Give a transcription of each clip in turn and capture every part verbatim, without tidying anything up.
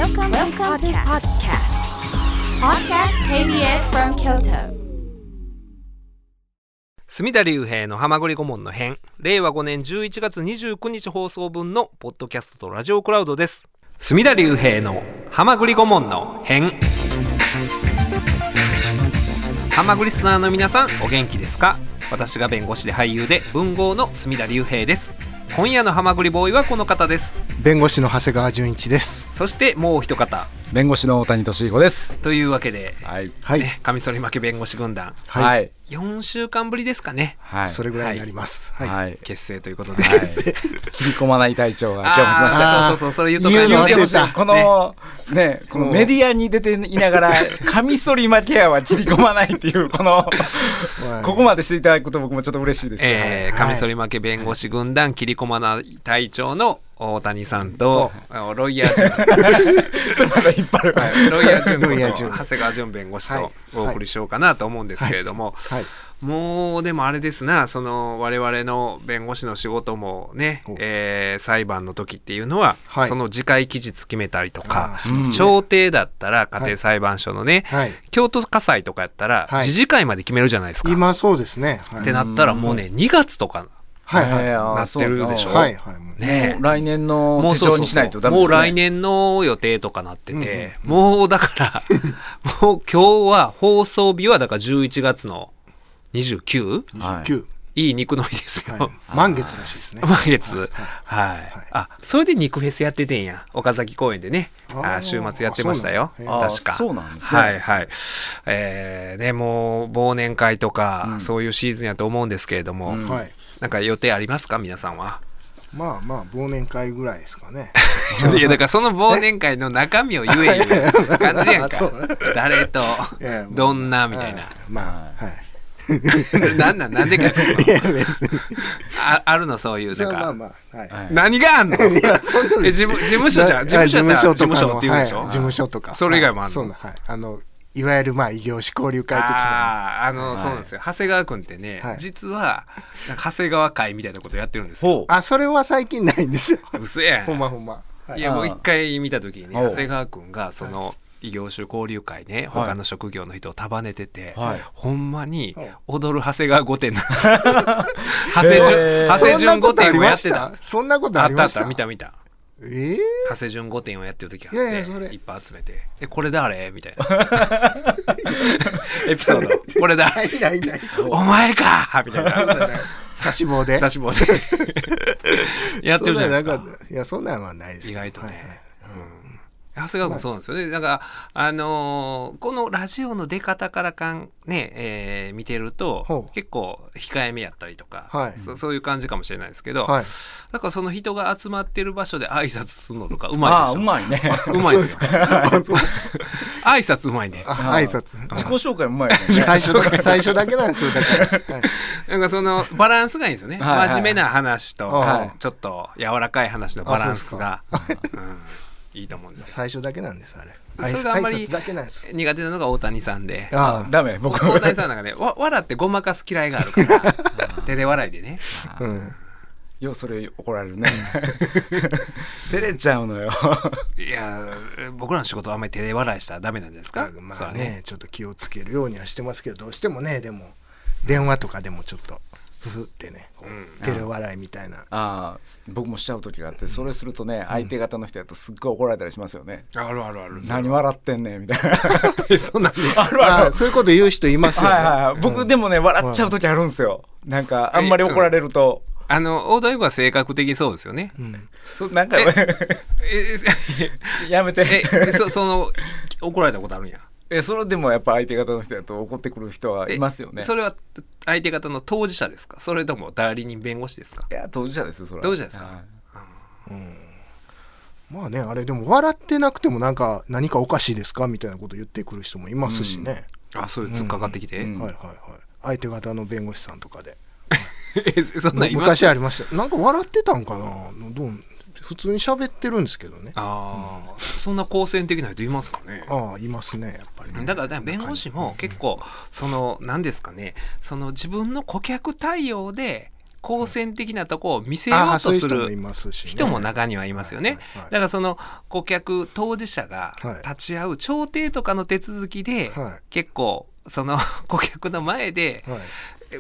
Welcome, Welcome to podcast. Podcast ケービーエス from Kyoto. 隅田隆平のはまぐり顧問の編、れいわごねんじゅういちがつにじゅうくにち放送分のポッドキャストとラジオクラウドです。隅田隆平のはまぐり顧問の編。はまぐりリスナーの皆さん、お元気ですか？私が弁護士で俳優で文豪の隅田隆平です。今夜のはまぐりボーイはこの方です。 弁護士の長谷川純一です。 そしてもう一方、 弁護士の大谷俊彦です。 というわけで、 はいはい、 ね、カミソリ負け弁護士軍団、 はいはい、 よんしゅうかんぶりですかね、 はい、 それぐらいになります、はいはい、 結成ということで、 はい、切り込まない隊長が今日も来ました。 そうそうそう、それ言うとか言うの忘れた。 このね、このメディアに出ていながらカミソリ負けやは切り込まないっていうこのここまでしていただくと僕もちょっと嬉しいです、 えー、カミソリ負け弁護士軍団切り込まない隊長の大谷さんとロイヤー純それまだ引っ張る、 はい、ロイヤー純子とロイヤー純長谷川純弁護士とはいお送りしようかなと思うんですけれども、 はいはい、 もうでもあれですな、その我々の弁護士の仕事もね、えー、裁判の時っていうのは、はい、その次回期日決めたりとか、調停だったら家庭裁判所のね、はい、京都家裁とかやったら、はい、次次回まで決めるじゃないですか。 今そうですね、はい、 ってなったらもうね、にがつとかはいはい、 なってるでしょ。 はいはい、 ね、 もう来年の手帳にしないとダメですね。 もう来年の予定とかなってて、うん、もうだからもう今日は放送日はだからじゅういちがつのにじゅうく、 はい、 いい肉の日ですよ、 はい、満月らしいですね。 満月、はい、はいはい、あ、それで肉フェスやっててんや、岡崎公園でね、あ、週末やってましたよ、確か。 そうなんですね。 はいはい、えー、ね、もう忘年会とか、うん、そういうシーズンやと思うんですけれども、うん、はい、なんか予定ありますか皆さんは？ まあまあ忘年会ぐらいですかね。 いやだからその忘年会の中身を言えいう感じやんか。誰とどんなみたいな。 まあはい。 なんなんなんでか。あ, あるのそういうなんか。まあまあはい、何があんの？いやそんなえ事務事務所じゃ事務所だ事務所って言うでしょ。 はい、事務所とか。 それ以外もあるの。 はい、はい、あの。いわゆるまあ異業種交流会的な。 ああの、はい、そうなんですよ。長谷川君ってね、はい、実はなんか長谷川会みたいなことやってるんですよ。 あ、それは最近ないんですよ。 嘘やん。 ほんまほんま。 はい、いやもう一回見た時にね、長谷川君がその異業種交流会ね、他の職業の人を束ねてて、はい、ほんまに踊る長谷川御殿なんですよ。長谷純長谷純御殿をやってた。 そんなことありました。 あったあった見た見た。えー、長谷純御殿をやってる時があって、いやいやいっぱい集めて、えこれ誰みたいなエピソード、これだないないないお前かみたいな差し棒で差し棒でやってるじゃないですか。 いやそんなんはないです。 意外とね、はいはい、うん、長谷川君そうなんですよね。だからあのー、このラジオの出方からかんね、えー、見てると結構控えめやったりとか、はい、そ, そういう感じかもしれないですけど、はい、だからその人が集まってる場所で挨拶するのとかうまいでしょ。 あうまいね。 うまいですよ。挨拶うまいね。 挨拶自己紹介うまいね。 最初だけ最初だけなんですよ。だから、はい、 なんかそのバランスがいいんですよね。はいはい、真面目な話と、はい、ちょっと柔らかい話のバランスが。いいと思うんですよ。 最初だけなんですあれ。 それがあんまり苦手なのが大谷さんで。 ああダメ僕。 大谷さんなんかね、わ笑ってごまかす嫌いがあるから。照れ笑いでね。 うん。よそれ怒られるね。照れちゃうのよ。 いや僕らの仕事はあんまり照れ笑いしたらダメなんじゃないですか。 まあね、ねちょっと気をつけるようにはしてますけど、どうしてもねでも電話とかでもちょっと。ふふってね、こう、うん、照れ笑いみたいな。 ああ僕もしちゃう時があって、それするとね、うん、相手方の人やとすっごい怒られたりしますよね。 あるあるある。 何笑ってんねんみたいな。 そんなあるある。そういうこと言う人いますよね。はいはいはい、 うん、僕でもね笑っちゃう時あるんですよ。なんかあんまり怒られると。 うん、あの大谷君は性格的そうですよね。 うん、そなんかやめて。 えそその怒られたことあるんや。 えそれでもやっぱ相手方の人だと怒ってくる人はいますよね。 それは相手方の当事者ですか、それとも代理人弁護士ですか？ いや当事者ですよ。それは当事者ですか、はい、 うん、まあねあれでも笑ってなくてもなんか何かおかしいですかみたいなこと言ってくる人もいますしね、 うん、あそういう突っかかってきて、 うんうん、はいはいはい、相手方の弁護士さんとかでえそんなんいます？ 昔ありました。なんか笑ってたんかな、どう普通に喋ってるんですけどね。 あ、うん、そんな好戦的な人いますかね。 ああいますねやっぱりね。 だから、ね、弁護士も結構その何ですかね、その自分の顧客対応で好戦的なとこを見せようとする人も中にはいますよね。 はいはいはい、 だからその顧客当事者が立ち会う調停とかの手続きで、はい、結構その顧客の前で、はい、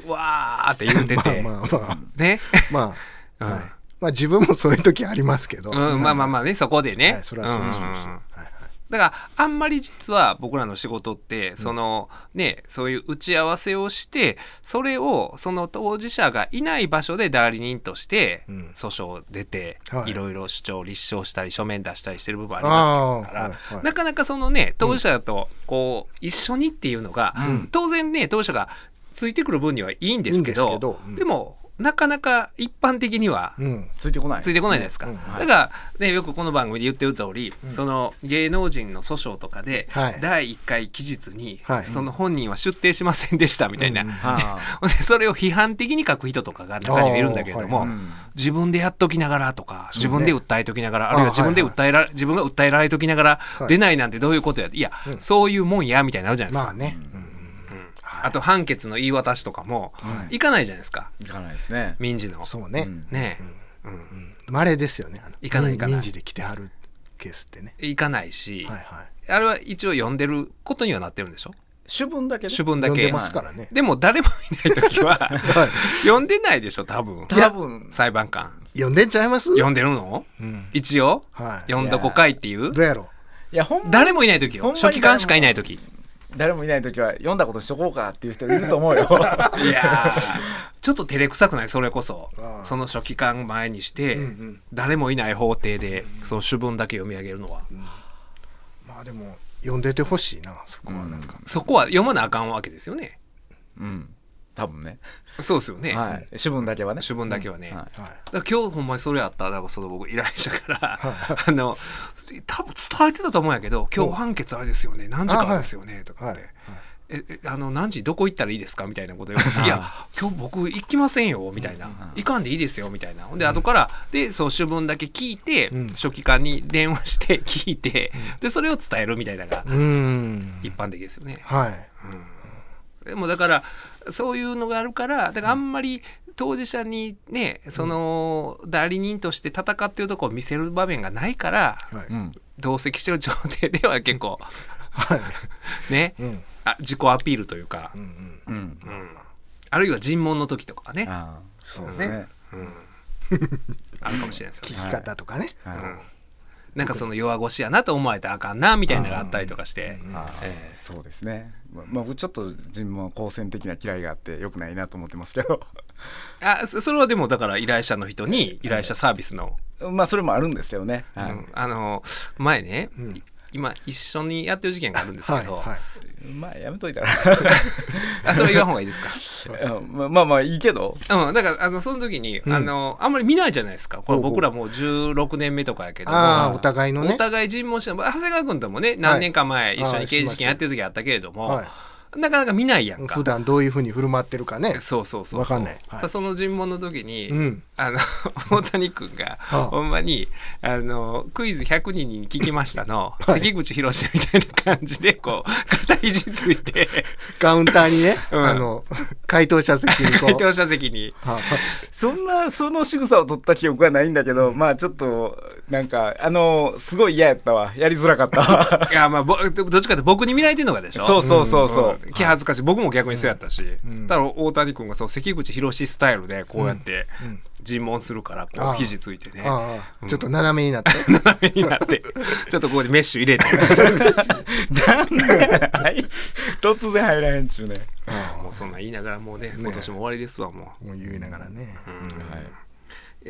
わーって言っててまあまあまあねまあ、うん、はい、まあ自分もそういう時ありますけど、 うん、まあまあまあねそこでね、 はい、それはそうそうそう、うんうん、はいはい、 だからあんまり実は僕らの仕事ってその、ね、そういう打ち合わせをしてそれをその当事者がいない場所で代理人として訴訟出て、うん、はい、いろいろ主張立証したり書面出したりしてる部分ありますから、はいはい、なかなかそのね当事者とこう一緒にっていうのが、うん、当然ね当事者がついてくる分にはいいんですけど、いいんですけど、うん、でもなかなか一般的にはついてこない、 ついてこないですか、うん、だから、ね、よくこの番組で言ってる通り、うん、その芸能人の訴訟とかで、はい、だいいっかい期日に、はい、その本人は出廷しませんでしたみたいな、うんうん、それを批判的に書く人とかが中にはいるんだけれども、はいはい、自分でやっときながらとか自分で訴えときながら、ね、あるいは自分で訴えら、はいはい、自分が訴えられときながら、はい、出ないなんてどういうことや、いや、うん、そういうもんやみたいになるじゃないですか、 まあね、うん、 あと判決の言い渡しとかもいかないじゃないですか、 いかないですね、 民事のそうね、 ね、 うんうんうん、稀ですよね、あのいかないいかない民事で来てはるケースってね、 いかないし、 はいはい、 あれは一応読んでることにはなってるんでしょ、 主文だけ、ね、 主文だけ読んでますからね、 でも誰もいないときは、はい、読んでないでしょ多分、 多分裁判官読んでんちゃいます、 読んでるの、うん、一応、はい、読んどこかいっていう、 どうやろう、 いやほん誰もいないときよ、書記官しかいないとき、 誰もいないときは読んだことしとこうかっていう人いると思うよいやちょっと照れくさくない、それこそその書記官前にして、うんうん、誰もいない法廷でその主文だけ読み上げるのは、うん、 まあでも読んでてほしいな、そこはなんか、 うん、そこは読まなあかんわけですよね、 うん、多分ね、 そうですよね、 はい、主文だけはね、 主文だけはね、 うん、はい、 だから今日ほんまにそれあったら、だからその僕依頼者からあの多分伝えてたと思うんやけど、今日判決あれですよね、何時からですよねとかって、はいはい、えあの何時どこ行ったらいいですかみたいなこと言われていや今日僕行きませんよみたいな、うん、行かんでいいですよみたいな、ほんで後からでそう主文だけ聞いて、うん、書記官に電話して聞いて、うん、でそれを伝えるみたいなのが一般的ですよね、 はい、 うん、でもだからそういうのがあるから、だからあんまり当事者にねその代理人として戦ってるところを見せる場面がないから、はい、同席してる状態では結構はいね、うん、あ自己アピールというか、うんうんうんうん、あるいは尋問の時とかね、 あそうですね、 うん、あるかもしれないですよね、 聞き方とかね、 はい、うん、なんかその弱腰やなと思われたらあかんなみたいなのがあったりとかして、 うんうん、えー、そうですね、ままあ、僕ちょっと尋問好戦的な嫌いがあってよくないなと思ってますけどあ そ, それはでもだから依頼者の人に依頼者サービスの、 まあそれもあるんですよね、はい、うん、 あの前ね、うん、今一緒にやってる事件があるんですけど、はいはい、 まあやめといたらあそれ言わん方がいいですかま, まあまあいいけど、 うん、だからあのその時に、うん、あのあんまり見ないじゃないですか、これ僕らもうじゅうろくねんめとかやけど、 あお互いのねお互い尋問して長谷川君ともね何年か前一緒に刑事事件やってる時あったけれども、はい、なかなか見ないやんか、 普段どういうふうに振る舞ってるかね、 そうそうそうそう、 分かんない、 はい、その尋問の時に、うん、あの大谷君が、はあ、ほんまにあのクイズひゃくにんに聞きましたの、はい、関口宏みたいな感じでこう片肘ついてカウンターにね、うん、あの回答者席にこう回答者席に、 はあ、そんなその仕草を取った記憶はないんだけど、まあちょっとなんかあのすごい嫌やったわ、やりづらかったわいやまあどっちかって僕に見られてるのがでしょ、 そうそうそうそう、 うん、気恥ずかしい、僕も逆にそうやったし、うん、だから大谷君がそう関口宏スタイルでこうやって尋問するからこう肘ついてね、 ああ、うん、ちょっと斜めになって斜めになってちょっとここでメッシュ入れてなんで、はい、突然入らへんちゅうね、 ああもうそんな言いながらもうね、今年も終わりですわもう、 もう言いながらね、 うんうん、はい、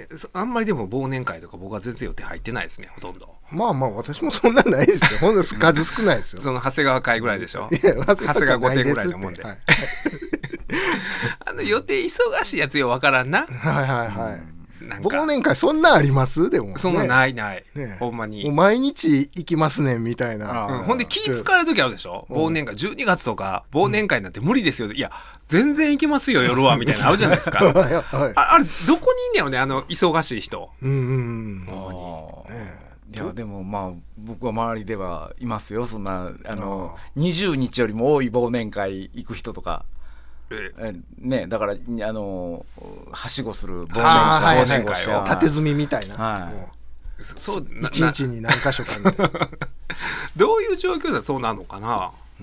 あんまりでも忘年会とか僕は全然予定入ってないですね、ほとんど。 まあまあ私もそんなないですよ、ほんと数少ないですよその長谷川会ぐらいでしょ、 いや長谷川ごてんぐらいのもんで、はい、あの予定忙しいやつよ分からんな、 はいはいはい、忘年会そんなありますでも、ね、 そんなないない、ね、ほんまにもう毎日行きますねみたいな、 うん、ほんで気使われる時あるでしょ、忘年会じゅうにがつとか忘年会なんて無理ですよ、うん、いや全然行きますよ夜はみたいなのあるじゃないですかはい、はい、あ, あれどこにいんねやろね、あの忙しい人、 うんうんうん、 ね、いやでもまあ僕は周りではいますよ、そんなあのにじゅうにちよりも多い忘年会行く人とか、 えね、だからあのはしごする忘年会を、はいはい、縦積みみたいな、 はい、 そう一日に何箇所かみたいなどういう状況でそうなのかな。 うん、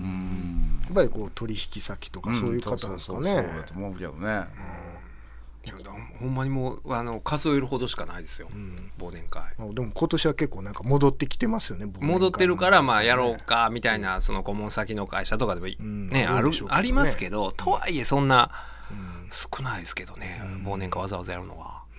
やっぱりこう取引先とかそういう方なんですかね。 そうだと思うけどね、うん、 いやほんまにもうあの数えるほどしかないですよ、うん、忘年会。 でも今年は結構なんか戻ってきてますよね。 戻ってるからまあやろうかみたいな、その顧問先の会社とかでも、うん、ね、あるありますけど、とはいえそんな少ないですけどね、うん、忘年会わざわざやるのは、うん、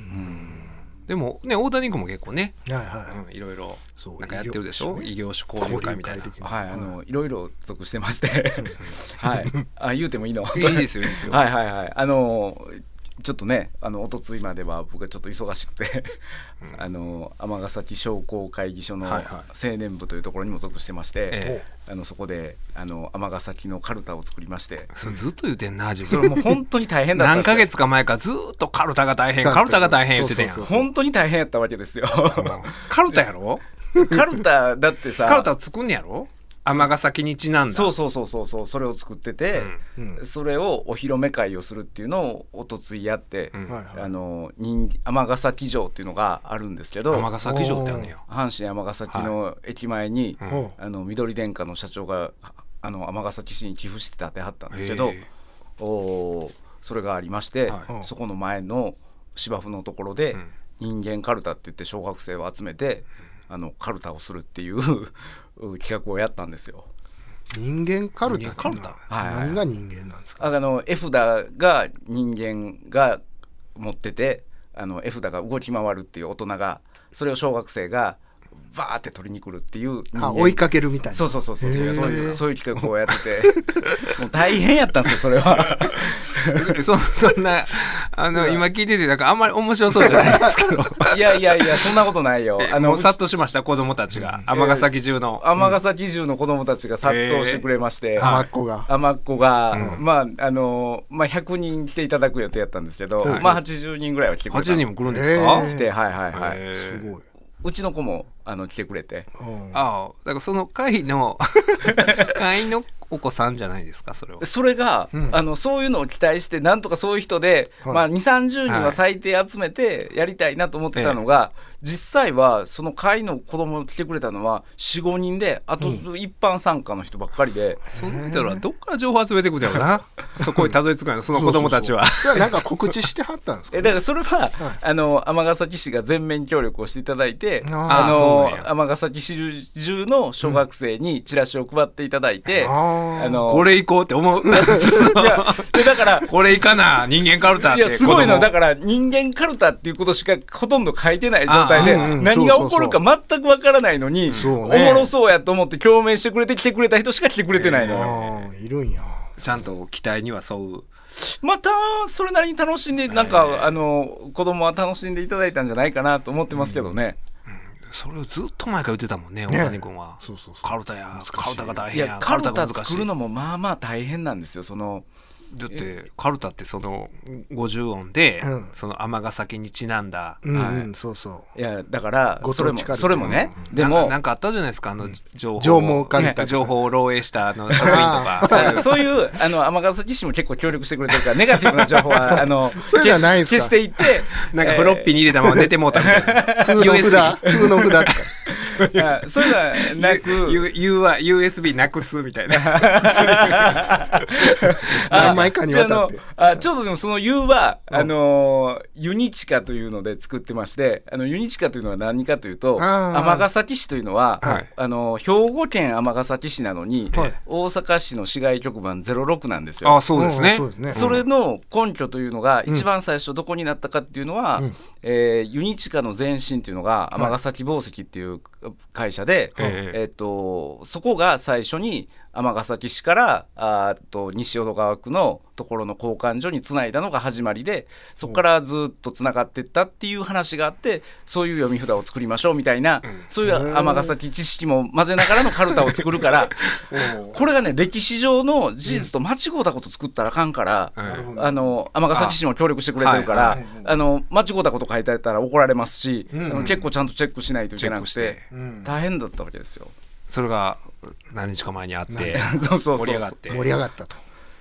でもね大谷君も結構ね、はいはい、うん、いろいろなんかやってるでしょ、異業種交流会みたいな。 はい、あのいろいろ属してましてはい、あ言うてもいいのいいですよいいですよはいはいはい、あのちょっとね、あの一昨日までは僕はちょっと忙しくてあの尼崎商工会議所の青年部というところにも属してまして、はいはい、あのそこであの尼崎のカルタを作りまして。 それずっと言ってんな自分。 それもう本当に大変だった何ヶ月か前からずっとカルタが大変カルタが大変言ってたやん。そうそうそう、 本当に大変やったわけですよカルタやろカルタだってさカルタを作んねやろ、尼崎にちなんだ。 そうそうそうそうそう、それを作ってて、うん、それをお披露目会をするっていうのをおとついやって、うん、あの尼崎城っていうのがあるんですけど、 尼崎城ってあるねよ。 阪神尼崎の駅前に、はい、あの緑電化の社長が尼崎市に寄付して建てはったんですけど、おそれがありまして、はい、そこの前の芝生のところで、うん、人間カルタって言って小学生を集めて、あのカルタをするっていう企画をやったんですよ。 人間カルタっていうのは何が人間なんですか。 あの絵札が人間が持ってて、あの絵札が動き回るっていう大人が、それを小学生がバーって取りに来るっていう、 あ追いかけるみたいな。 そうそうそうそう、そういうそういう企画をやっててもう大変やったんですよそれはそ, そんなあの今聞いててなんかあんまり面白そうじゃないですけどいやいやいやそんなことないよ。 あの殺到しました子供たちが、尼崎中の尼崎中の子供たちが殺到してくれまして、 尼っ子が尼っ子が、うん、まああのまあひゃくにん来ていただく予定やったんですけど、はい、まあはちじゅうにんぐらいは来てくれた。はちじゅうにんも来るんですか。 来て、はいはいはい、 すごい。 うちの子もあの来てくれて、 ああだからその会の会員のお子さんじゃないですか。それはそれが、うん、あのそういうのを期待してなんとかそういう人で、はい、まあ、にじゅうさんじゅうにんは最低集めてやりたいなと思ってたのが、はい、実際はその会の子供が来てくれたのは よん,ご 人で、あと一般参加の人ばっかりで、うん、 その人はどっから情報集めてくるんだろうなそこにたどり着くのその子供たちは。 そうそうそう。なんか告知してはったんですか、ね、 えだからそれは、はい、あの尼崎市が全面協力をしていただいて、あの尼崎市中の小学生にチラシを配っていただいて、うん、ああのこれ行こうって思ういやでだからこれ行かな人間カルタって。 いやすごいのだから人間カルタっていうことしかほとんど書いてない状態で、うんうん、何が起こるか全くわからないのに、おもろそうやと思って共鳴してくれて来てくれた人しか来てくれてないのよ、 えー、いるんや。 ちゃんと期待には沿う。 またそれなりに楽しんでなんか、えー、あの子供は楽しんでいただいたんじゃないかなと思ってますけどね、 うんうん、それをずっと前から言ってたもんね大谷君は、ね、 そうそうそうカルタやカルタが大変や。 いやカルタ作るのもまあまあ大変なんですよ。そのだってカルタってそのごじゅう音で、うん、その尼崎にちなんだ、 うんうん、そうそう。 いやだからそれもそれもね、うん、でもなんかあったじゃないですか、あの情報、 情報カルタ情報を漏洩したあの職員とかそういうあの尼崎市も結構協力してくれてるからネガティブな情報はあの消, 消していってなんかフロッピーに入れたまま出てもうたみたいな普通の札普通の札とかそういうのはなく U は ユーエスビー なくすみたいな何枚かにわたってあちょうどでもその U はあのユニチカというので作ってまして、あのユニチカというのは何かというと尼崎市というのは、はい、あの兵庫県尼崎市なのに、はい、大阪市の市街局番ゼロろくなんですよ。 あそうですね、 うん、それの根拠というのが、うん、一番最初どこになったかっていうのは、うんえー、ユニチカの前身というのが尼崎紡績っていう会社で、はいえー、とそこが最初に尼崎市からあと西淀川区のところの交換所につないだのが始まりで、そこからずっとつながっていったっていう話があって、そういう読み札を作りましょうみたいな、うん、そういう尼崎知識も混ぜながらのカルタを作るからこれがね歴史上の事実と間違うたこと作ったらあかんから、うん、あの尼崎市も協力してくれてるから、はいはい、あの間違うたこと書いてあったら怒られますし、うん、結構ちゃんとチェックしないといけなくて、うん、大変だったわけですよ。 それが何日か前にあってそうそうそう盛り上がって盛り上がったと。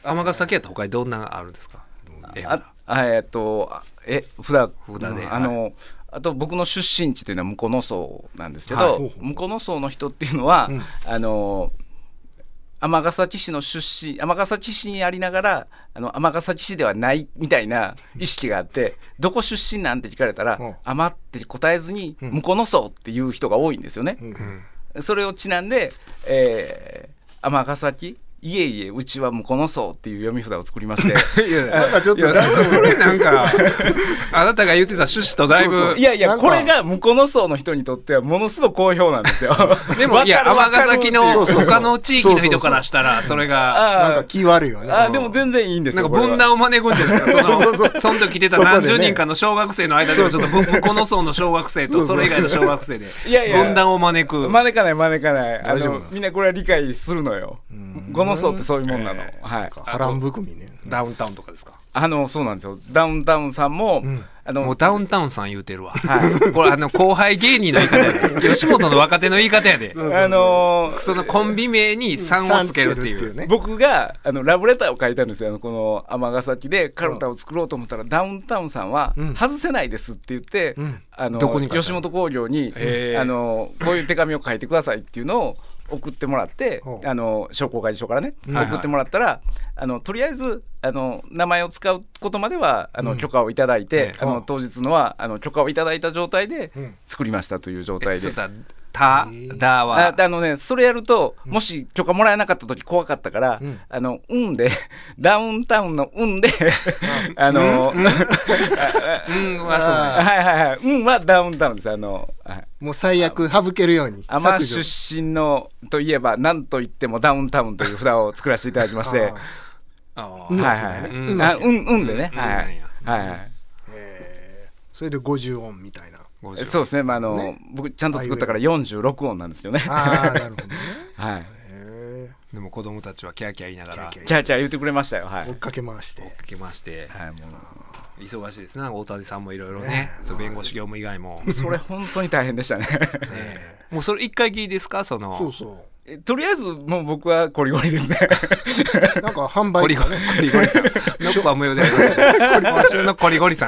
尼崎やったら他にどんなあるんですか？ ああえっとえ札札で、 あの、はい、あと僕の出身地というのは向こうの層なんですけど、はい、向こうの層の人っていうのは、うん、あの尼崎市の出身尼崎市にありながらあの尼崎市ではないみたいな意識があってどこ出身なんて聞かれたら「尼、うん」って答えずに「向こうの層」っていう人が多いんですよね、うんうん、それをちなんで尼、えー、崎いえいえうちは向こうの層っていう読み札を作りましていやなんかちょっとそれなんかあなたが言ってた趣旨とだいぶそうそういやいやこれが向こうの層の人にとってはものすごく好評なんですよでもいや尼崎の他の地域の人からしたらそれがなんか気悪いよね。 あでも全然いいんですよ。 なんか分断を招くんじゃないですか。そのそうそうそうその時来てた何十人かの小学生の間でもちょっと向こうの層の小学生とそれ以外の小学生で分断を招く。 招かない招かないあのみんなこれは理解するのよ。この層ってそういうもんなの、えー、はい。 波乱含みね。 ダウンタウンとかですか？ あのそうなんですよ。ダウンタウンさんも、うん、 あのもうダウンタウンさん言うてるわ、はい、これあの後輩芸人の言い方やで吉本の若手の言い方やであのー、 そのコンビ名にさんをつけるっていう、 ね、僕があのラブレターを書いたんですよ。この尼崎でカルタを作ろうと思ったら、うん、ダウンタウンさんは外せないですって言って、うん、あの吉本興業にあのこういう手紙を書いてくださいっていうのを送ってもらってあの商工会議所からね、うん、送ってもらったらあのとりあえずあの名前を使うことまではあの、うん、許可をいただいて、あの当日のはあの許可をいただいた状態で作りましたという状態で、 ただはあ, あのねそれやると、もし許可もらえなかった時怖かったから、うん、あの運でダウンタウンの運であの運はそうはいはいはい運はダウンタウンです。あの、はい、 もう最悪省けるように尼出身のといえば何と言ってもダウンタウンという札を作らせていただきましてあはいはい運あ運運でねはいはいはい、 えー、それでごじゅう音みたいな。 そうですね、まああのね、僕ちゃんと作ったからよんじゅうろく音なんですよね。 ああなるほどねはい。 でも子供たちはキャーキャー言いながらキャーキャー言ってくれましたよ、はい、 追っかけ回して追っかけ回して、はい、もう忙しいですね。大谷さんもいろいろね、そう弁護士業務以外もそれ本当に大変でしたねもうそれ一回きりですか？そのそうそうえとりあえずもう僕はコリゴリですねなんか販売とかねコリゴリさんノッパ無用であります今週のコリゴリさん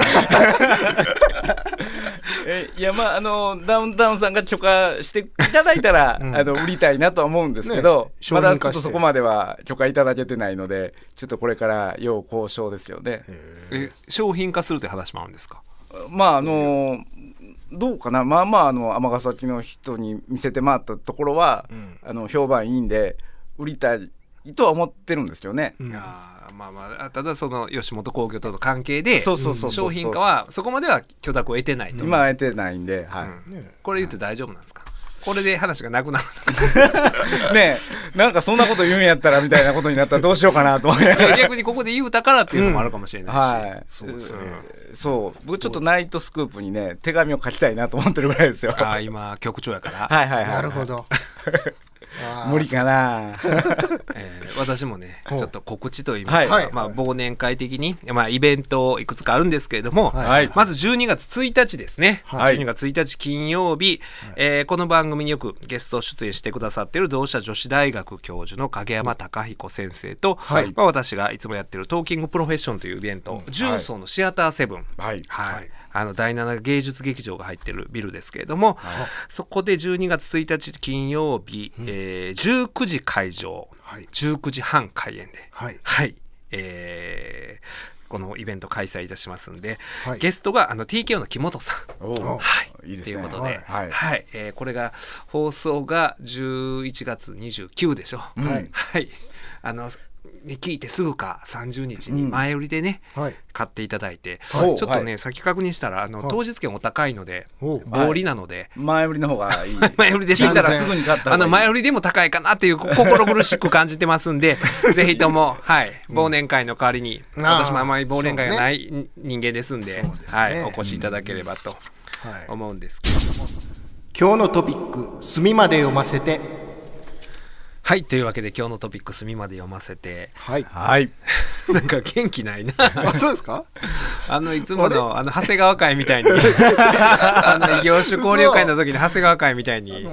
えいやまああのダウンタウンさんが許可していただいたら、うん、あの売りたいなとは思うんですけど、ね、まだちょっとそこまでは許可いただけてないのでちょっとこれから要交渉ですよね。 え商品化するって話もあるんですか？ まああのどうかなまあまああの尼崎の人に見せて回ったところは、うん、あの評判いいんで売りたいとは思ってるんですよね。 うん、あまあまあただその吉本興業との関係で商品化はそこまでは許諾を得てないと。 今は得てないんで、はい、 うん、これ言って大丈夫なんですか？これで話がなくなるねえなんかそんなこと言うんやったらみたいなことになったらどうしようかなと思って逆にここで言うたからっていうのもあるかもしれないし、うんはい、 そうですね、うん、そう僕ちょっとナイトスクープにね手紙を書きたいなと思ってるぐらいですよ。 あ今局長やからはいはいはい、はい、 なるほど無理かな、 えー、私もねちょっと告知といいますか、はいまあ、忘年会的に、まあ、イベントいくつかあるんですけれども、はい、まずじゅうにがつついたちですね、はい、じゅうにがつついたち金曜日、はいえー、この番組によくゲスト出演してくださっている同志社女子大学教授の影山貴彦先生と、はいまあ、私がいつもやってるトーキングプロフェッションというイベント、うん、重曹のシアターセブン、はいはいはいあのだいなな芸術劇場が入ってるビルですけれども、はい、そこでじゅうにがつついたち金曜日、うんえー、じゅうくじ会場、はい、じゅうくじはん開演で、はいはいえー、このイベント開催いたしますんで、はい、ゲストがあの ティーケーオー の木本さん、はい、いいですね、ということで、はいはいえー、これが放送がじゅういちがつにじゅうくにちでしょ、はいはい、あの聞いてすぐかさんじゅうにちに前売りでね、うんはい、買っていただいて、はい、ちょっとね、はい、先確認したらあの当日券お高いので棒売りなので、 はい、前売りの方がいい前売りで聞いたらすぐに買った方がいい。あの前売りでも高いかなっていう心苦しく感じてますんでぜひとも、はい、忘年会の代わりに、うん、私もあまり忘年会がない人間ですんで、ねはい、お越しいただければと思うんですけども、うんはい、 今日のトピック隅まで読ませて。 はいというわけで今日のトピック隅まで読ませてはい、 はい、なんか元気ないなあそうですかあのいつものあの長谷川会みたいにあの異業種交流会の時に長谷川会みたいに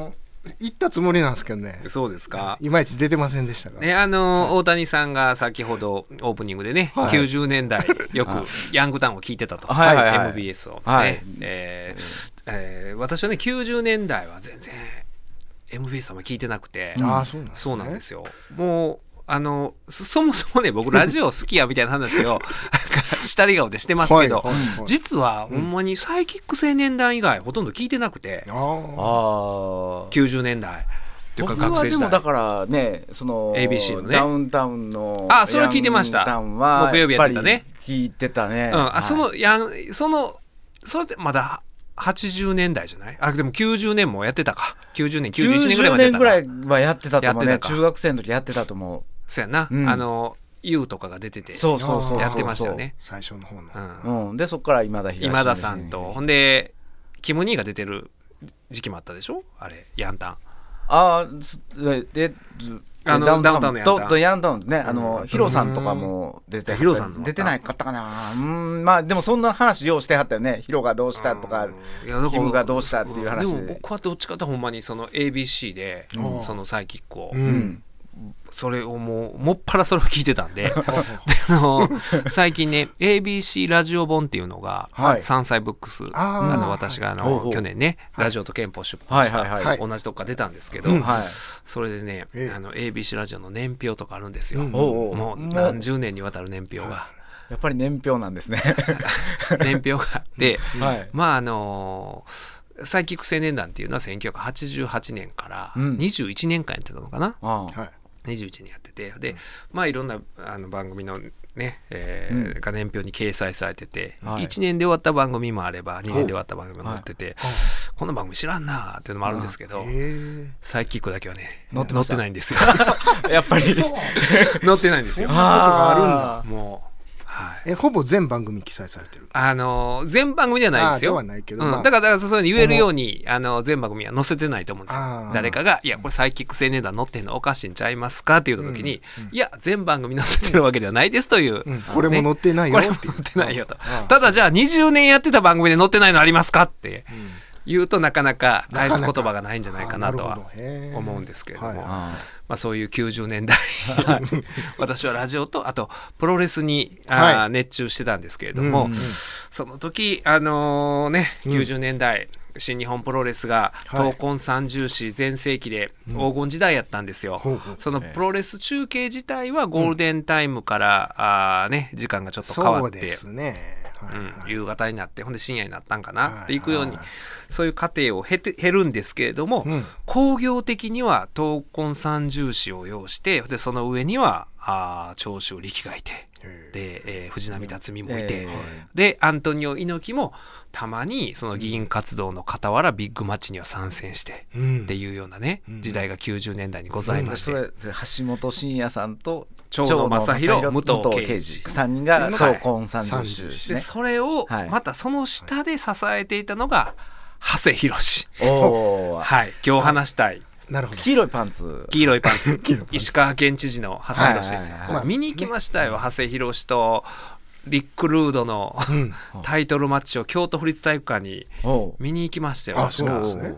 行ったつもりなんですけどね。 そうですか。 いまいち出てませんでしたかね、あの、はい、大谷さんが先ほどオープニングでね、はい、きゅうじゅうねんだいよくヤングタウンを聞いてたと、はい、エムビーエス をね、はい、えーえー、私はねきゅうじゅうねんだいは全然 エムビーエス は聞いてなくて、 うん、あ、そうなんですね。 そうなんですよ。もうあの そ, そもそもね僕ラジオ好きやみたいな話を下り顔でしてますけど、はいはいはい、実はほんまにサイキック青年団以外ほとんど聞いてなくて、うん、あきゅうじゅうねんだいっていうか学生時代。僕はでもだからねそのエービーシー のねダウンタウンのあそれは聞いてました。木曜日やってたね。 聞いてたね、 うん、あ、はい、そのやんそのそれってまだはちじゅうねんだいじゃない？あ、でもきゅうじゅうねんもやってたか。きゅうじゅうねんきゅうじゅういちねんぐらいまでやってたか。 きゅうじゅうねんぐらいはやってたと思うね。中学生の時やってたと思う。 そうやな、うん、あの ユー とかが出ててそうそうそうやってましたよね。 最初の方の、 うんうん、でそこから今田東今田さんとほんでキム兄が出てる時期もあったでしょあれヤンタン。 ああであのダウンタウンのヤンタンとヤンタウンねあの、うん、ヒロさんとかも出てヒロさん出てないかったかな。うんまあでもそんな話ようしてはったよね。ヒロがどうしたとかキムがどうしたっていう話で。 でも僕はどっちかとほんまにその エービーシー で、うん、そのサイキックを、 うんそれをもうもっぱらそれを聞いてたんであの最近ね エービーシー ラジオ本っていうのが、はい、サンサイブックス あ, あの私があの、はい、去年ね、はい、ラジオと憲法出版した、はいはいはい、同じとこから出たんですけど、うんはい、それでね、えー、あの エービーシー ラジオの年表とかあるんですよ、うん、もう何十年にわたる年表がやっぱり年表なんですね年表があって、はい、まああのーサイキック青年団っていうのはせんきゅうひゃくはちじゅうはちねんからにじゅういちねんかんやってたのかな、うん、にじゅういちねんやっててで、まあいろんなあの番組のね、えーうん、が年表に掲載されてて、はい、いちねんで終わった番組もあればにねんで終わった番組も載ってて、はい、この番組知らんなーっていうのもあるんですけど、サイキックだけはね載って載ってないんですよやっぱり載ってないんですよ。 そんなことがあるんだ。 もうはい、 えほぼ全番組記載されてる。 あのー、全番組ではないですよ。 ではないけど、 うんまあ、 だからだからそういうの言えるようにあの全番組は載せてないと思うんですよ。誰かがいやこれサイキック青年団載ってんのおかしいんちゃいますかっていう時に、うんうん、いや全番組載せてるわけではないですという、 うん、これも載ってないよっていう、これも載ってないよと。 ただじゃあにじゅうねんやってた番組で載ってないのありますかって言うとなかなか返す言葉がないんじゃないかなとは思うんですけれども、まあ、そういうきゅうじゅうねんだい私はラジオとあとプロレスにあ、はい、熱中してたんですけれども、うんうん、その時あのー、ねきゅうじゅうねんだい、うん、新日本プロレスが闘魂三重士全盛期で黄金時代やったんですよ、うん、そのプロレス中継自体はゴールデンタイムから、うん、あね、時間がちょっと変わって、そうですね、はいはいうん、夕方になってほんで深夜になったんかな、はい、っていくようにそういう過程を経て減るんですけれども、うん、工業的には闘魂三重士を要してでその上にはあ長州力がいてで、えー、藤波辰巳もいて、でアントニオ猪木もたまにその議員活動の傍らビッグマッチには参戦して、うん、っていうようなね時代がきゅうじゅうねんだいにございまして、うん、 それ橋本真也さんと長野正弘武藤敬司さんにんが闘魂三重士、 でそれをまたその下で支えていたのが長谷博おはい今日話したい、 なるほど黄色いパンツ黄色いパンツ石川県知事の長谷博ですよ、はいはいはい、見に行きましたよ、ね、長谷博とリック・ルードの、うん、タイトルマッチを京都府立体育館に見に行きましたよ。 あそうですね、 うん、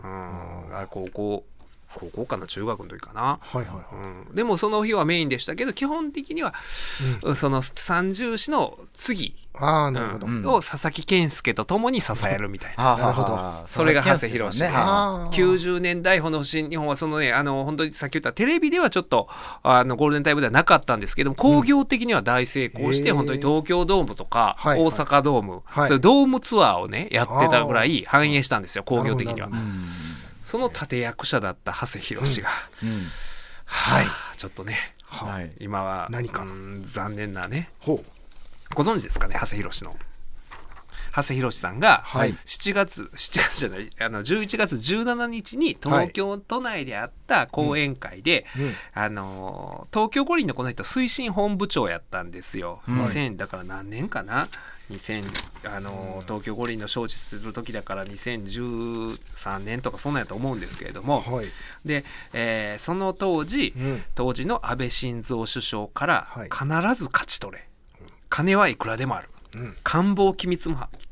あ高校高校かな中学の時かな、 はいはいはいうん、でもその日はメインでしたけど基本的には、うん、その三重士の次あなるほど、 うん、を佐々木健介と共に支えるみたいな、 なるほどそれが長谷博ね、きゅうじゅうねんだいこの新日本はそのねあの本当にさっき言ったテレビではちょっとあのゴールデンタイムではなかったんですけども興行的には大成功して、うん、本当に東京ドームとか大阪ドーム、はいはい、それドームツアーをねやってたぐらい反映したんですよ興行的には。その立役者だった長谷博が、うんうん、はい、ちょっとね、はい、今は何かうん残念なねほうご存知ですかね長谷博の長谷博さんがしちがつ、はい、しちがつじゃないあのじゅういちがつじゅうしちにちに東京都内であった講演会で、はいうん、あの東京五輪のこの人推進本部長やったんですよ、はい、にせんだから何年かなにせんあの東京五輪の招致する時だからにせんじゅうさんねんとかそんなんやと思うんですけれども、はい、で、えー、その当時、うん、当時の安倍晋三首相から必ず勝ち取れ、はい、金はいくらでもある、うん、官房機密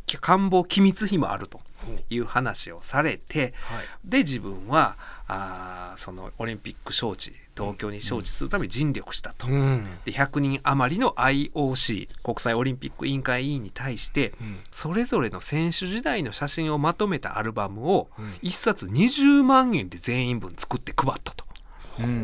官房機密費もあるという話をされて、 はい、 で自分はあそのオリンピック招致東京に招致するために尽力したと、うん、でひゃくにん余りの アイオーシー 国際オリンピック委員会委員に対して、うん、それぞれの選手時代の写真をまとめたアルバムをいっさつにじゅうまんえんで全員分作って配ったと、うんうん、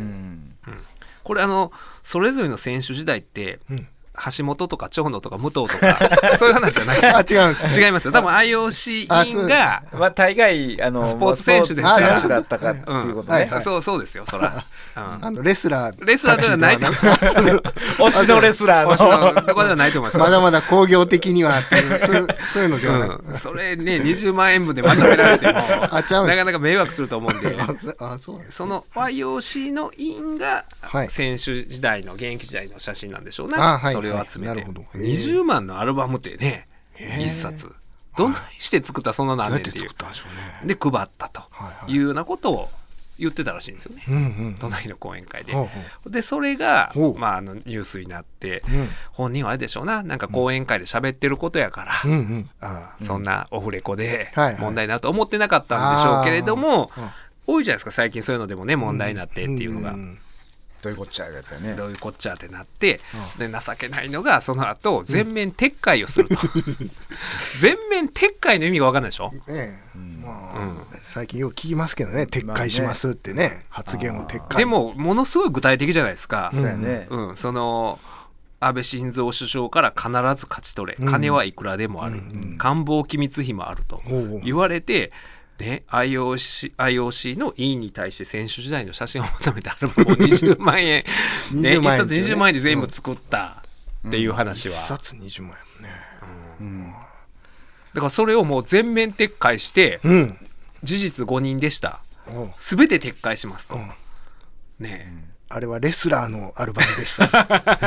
これあのそれぞれの選手時代って、うん橋本とか長野とか武藤とかそういう話じゃないですか。 あ違うんです、 違いますよ。多分 アイオーシー 委員がまあ大概あのスポーツ選手ですから。 選手だったかっていうことね。 はいはい、そうそうですよ。そら、 うん、あのレスラーレスラーではないと思いますよ。 推しのレスラーの推しのところではないと思います。 まだまだ工業的にはっていうそういうそういうのではない。 うん、それねにじゅうまんえんぶんでまとめられてもなかなか迷惑すると思うんで。 あそうなんですね、 その アイオーシー の委員が選手時代の現役時代の写真なんでしょうね。 はい、 それを集めて。 なるほど。 にじゅうまんのアルバムってねいっさつどんなにして作ったそんななんねんっていうで配ったというようなことを言ってたらしいんですよね、うんうん、隣の講演会で、うん、でそれが、まあ、あのニュースになって、うん、本人はあれでしょうななんか講演会で喋ってることやから、うんうんうんうん、そんなオフレコで問題になると思ってなかったんでしょうけれども、はいはい、多いじゃないですか最近そういうのでもね問題になってっていうのが、うんうんうんどういうこっちゃやつやね。 どういうこっちゃってなって、うん、で情けないのがその後全面撤回をすると、うん、全面撤回の意味が分かんないでしょ、ねえうんまあうん、最近よく聞きますけどね撤回しますってね、まあ、ね発言を撤回でもものすごい具体的じゃないですか、 そうやね、 うん、その安倍晋三首相から必ず勝ち取れ、うん、金はいくらでもある、うん、官房機密費もあると言われて、ね、アイオーシー、アイオーシー の委員に対して選手時代の写真を求めてアルバムをにじゅうまんえん、ね、いっさつにじゅうまんえんで全部作ったっていう話は、うん、いっさつにじゅうまんえんね、 うんうん、だからそれをもう全面撤回して、うん、事実誤認でした全て撤回しますと、うん、ねえ、 うんあれはレスラーのアルバムでした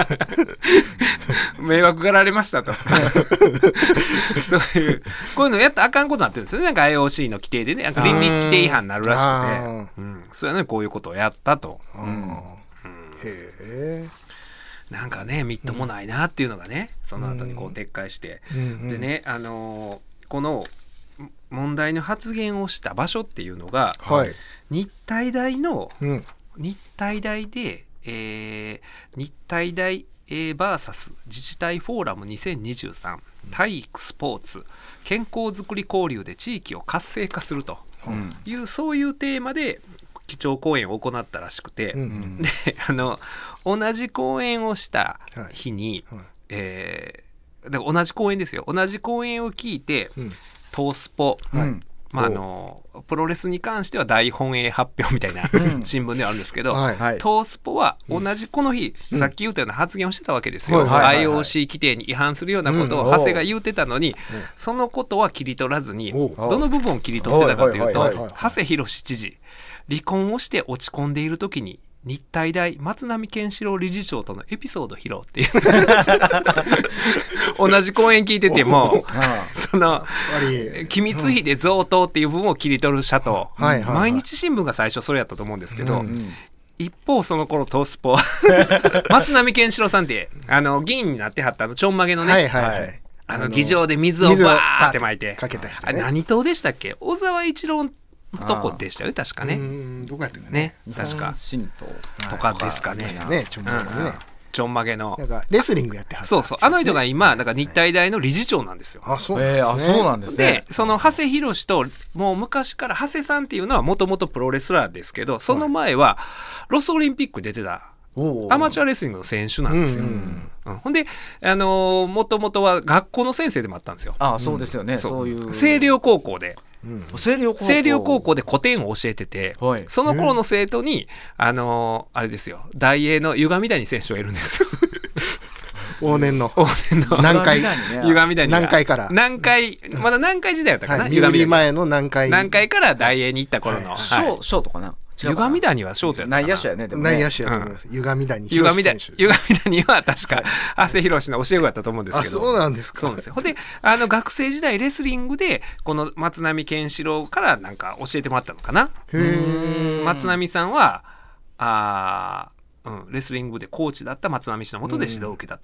迷惑がられましたとそういうこういうのやったらあかんことになってるんですよねなんか アイオーシー の規定でねなんか倫理規定違反になるらしくて、うん、それはねこういうことをやったと、うんうん、へえなんかねみっともないなっていうのがねその後にこう撤回して、うん、でねあのー、この問題の発言をした場所っていうのが、はい、日体大の、うん日体大で、えー、日体大 ブイエス 自治体フォーラムにせんにじゅうさん体育スポーツ健康づくり交流で地域を活性化するという、うん、そういうテーマで基調講演を行ったらしくて、うんうん、であの同じ講演をした日に、はいはいえー、だから同じ講演ですよ同じ講演を聞いて、うん、東スポ、はいまあ、あのプロレスに関しては大本営発表みたいな新聞ではあるんですけど、うんはい、東スポは同じこの日、うん、さっき言ったような発言をしてたわけですよ、うんはいはいはい、アイオーシー 規定に違反するようなことを長谷が言うてたのに、うん、そのことは切り取らずにどの部分を切り取ってたかというと長谷博知事離婚をして落ち込んでいる時に日体大松並健志郎理事長とのエピソード披露っていう同じ講演聞いててもその機密費で贈答っていう部分を切り取る社と、うんはいはいはい、毎日新聞が最初それやったと思うんですけど、うんうん、一方その頃東スポ松並健志郎さんってあの議員になってはったあのちょんまげのね、はいはいはい、あの議場で水をバーって巻いてかけた人、ね、 あれ何党でしたっけ小沢一郎とこでしたよね確かね。 うんどこやったっけね確か新党とかですかね。 ねちょんまげのね。 ちょんまげの。 なんかレスリングやってはった。 そうそうあの人が今なんか日体大の理事長なんですよ。 あそうなんですね。えー、あそうなんですね。 でその長谷博ともう昔から長谷さんっていうのはもともとプロレスラーですけどその前はロスオリンピック出てた。アマチュアレスリングの選手なんですよ。うんうんうん、ほんで、あのー、もともとは学校の先生でもあったんですよ。 ああそうですよね、うん、そう、そういう星稜高校で。 うん、星稜高校星稜高校で古典を教えてて、はい、その頃の生徒に、あのー、あれですよ大英の歪み谷選手がいるんですよ往年の往年の南海歪み谷南海から南海まだ南海時代だったかな、 はい、歪み前の南海南海から大英に行った頃の、はいショー、ショートかな歪み谷はショートやったかな内野手やねでもね内野手やと思います、うん、歪み谷歪み谷歪み谷は確か長谷博の教え子だったと思うんですけどあそうなんですかそうなんですよほんであの学生時代レスリングでこの松並健志郎からなんか教えてもらったのかなへー松並さんはあ、うん、レスリングでコーチだった松並氏の下で指導を受けたと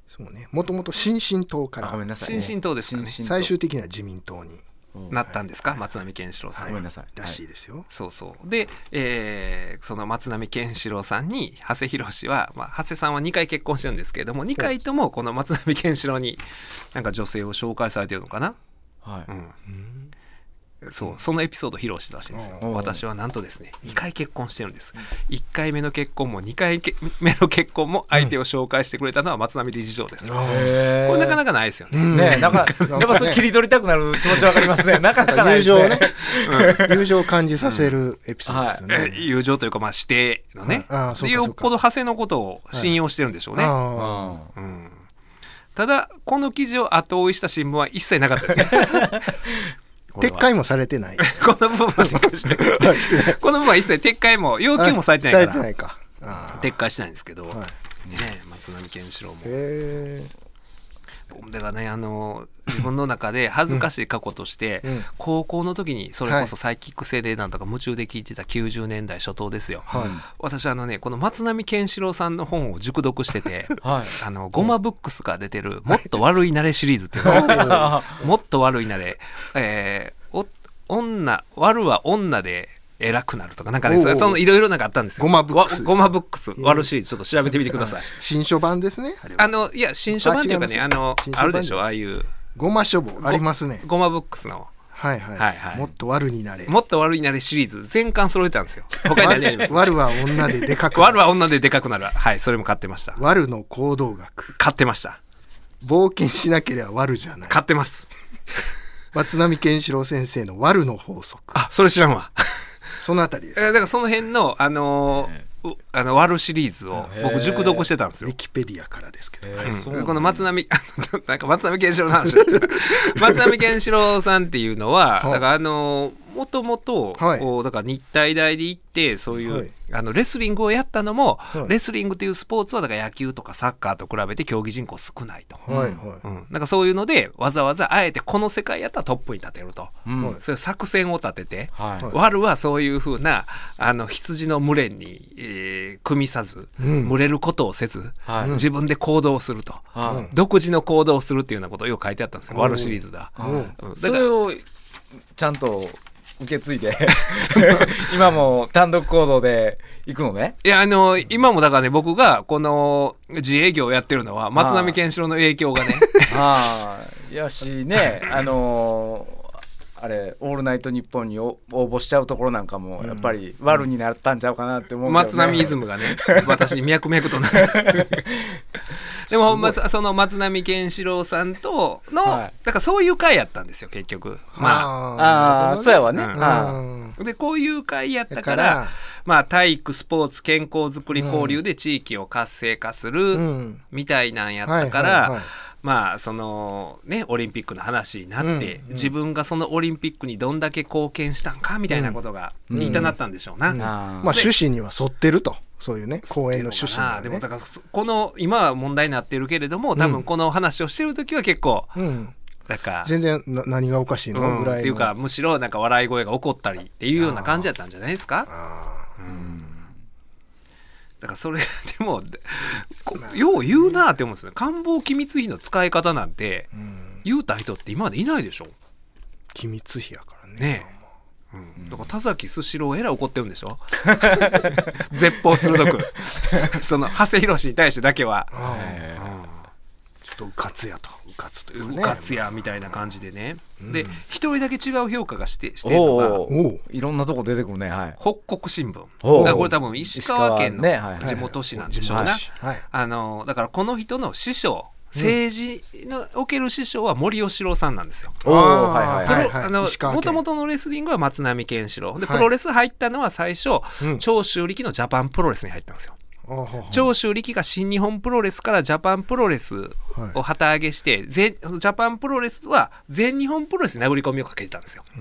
そうね、もともと新進党からごめんなさい、ね、 新進党ですかね。 最終的には自民党になったんですか、はい、松並健四郎さん、 はい、ごめんなさいらしいですよ、はい、 そうそうで、えー、その松並健四郎さんに長谷博士は、まあ、長谷さんはにかい結婚してるんですけれどもにかいともこの松並健四郎になんか女性を紹介されてるのかな、 はい、うんそうそのエピソードを披露してたらしいんですよ。私はなんとですねにかい結婚してるんです。いっかいめの結婚もにかいめの結婚も相手を紹介してくれたのは松並理事長です、うん、これなかなかないですよね、 うん、ねなんかやっぱそれ切り取りたくなる気持ちわかりますね。なかなかないですね。友情ね、 うん、友情を感じさせるエピソードですよね、 はい、友情というかまあ指定のね、はい、よっぽど長谷のことを信用してるんでしょうね、はい、うん、ただこの記事を後追いした新聞は一切なかったですよ撤回もされてないこの部分は撤回してないこの部分は一切撤回も要求もされてないから、 されてないか、 撤回してないんですけど、はい、ねえ松並健四郎もへだからねあの自分の中で恥ずかしい過去として、うん、高校の時にそれこそサイキック性でなんとか夢中で聞いてたきゅうじゅうねんだい初頭ですよ、はい、私あのねこの松並健四郎さんの本を熟読してて、はい、あのゴマブックスが出てるもっと悪いなれシリーズっていうのもっと悪いなれ、えー、お女悪は女で偉くなるとかなんかねそのいろいろなんかあったんですよ。 ゴマブックスゴマブックス悪シリーズちょっと調べてみてください。 新書版ですね。 あのいや新書版っていうかねあのあるでしょああいうゴマ書房ありますね。 ゴマブックスのはいはい、はいはい、もっと悪になれもっと悪になれシリーズ全巻揃えてたんですよ。他に何あります？ 悪は女ででかくなる悪は女ででかくなるはいそれも買ってました。 悪の行動学買ってました。 冒険しなければ悪じゃない買ってます。 松並健四郎先生の悪の法則あそれ知らんわそのあたりです。 だからその辺のあのー、あの悪シリーズを僕熟読してたんですよ。 ウィキペディアからですけど、 うん、この松並なんか松並健四郎の話松並健四郎さんっていうのはだからあのーもともとだから日体大で行ってそういう、はい、あのレスリングをやったのも、はい、レスリングというスポーツはだから野球とかサッカーと比べて競技人口少ないと、はいはいうん、なんかそういうのでわざわざあえてこの世界やったらトップに立てると、うん、そういう作戦を立てて、はい、ワルはそういうふうなあの羊の群れに、えー、組みさず、うん、群れることをせず、はい、自分で行動すると、はい、独自の行動をするっていうようなことをよく書いてあったんですよ、ワルシリーズだ、 うん、それをちゃんと受け継いで今も単独行動で行くのね。 いやあの今もだからね僕がこの自営業をやってるのは松並健四郎の影響がねああいやしねあのー、あれオールナイトニッポンに応募しちゃうところなんかもやっぱり悪になったんちゃうかなって思うけど、ね、 松並イズムがね私に脈々となるでも、ま、その松並健四郎さんとの、はい、だからそういう会やったんですよ結局。まあ、あ、そうやわね、 うん、でこういう会やったから、からまあ、体育スポーツ健康づくり交流で地域を活性化する、うん、みたいなんやったから、はいはいはい、まあそのねオリンピックの話になって、うんうん、自分がそのオリンピックにどんだけ貢献したんかみたいなことが言いたなったんでしょうな、うんうん、 まあ趣旨には沿ってるとそういうね講演の趣旨にはね。 でもだからこの今は問題になってるけれども多分この話をしてる時は結構、うん、なんか全然な何がおかしいの、うん、ぐらいのっていうかむしろなんか笑い声が起こったりっていうような感じだったんじゃないですか。あ、うん、だからそれでもよう言うなって思うんですよね。官房機密費の使い方なんて、うん、言うた人って今までいないでしょ。 機密費やからね。 ねえうん、だから田崎スシローえらい怒ってるんでしょ絶望鋭くその長谷博に対してだけは、 うん、ちょっとうかつやとうかつというかねうかつやみたいな感じでね、うん、で一人だけ違う評価がしてしてるのがいろんなとこ出てくるね、はい、 北国新聞だからこれ多分石川県の地元紙なんでしょうな、あのだからこの人の師匠政治における師匠は森喜朗さんなんですよ。もともとのレスリングは松並健四郎で、プロレス入ったのは最初、うん、長州力のジャパンプロレスに入ったんですよ。長州力が新日本プロレスからジャパンプロレスを旗揚げして、はい、ジャパンプロレスは全日本プロレスに殴り込みをかけてたんですよ、うん、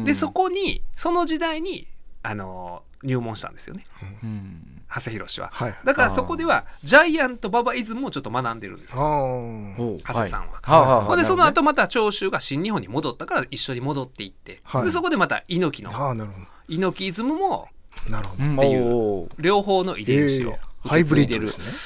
でそこにその時代にあの入門したんですよね、うん長谷博は、はい、だからそこではジャイアント馬場イズムをちょっと学んでるんですよ長谷さんは、はい、でその後また長州が新日本に戻ったから一緒に戻っていって、はい、でそこでまた猪木の猪木イズムもなるほどっていう両方の遺伝子をハイブリッドですね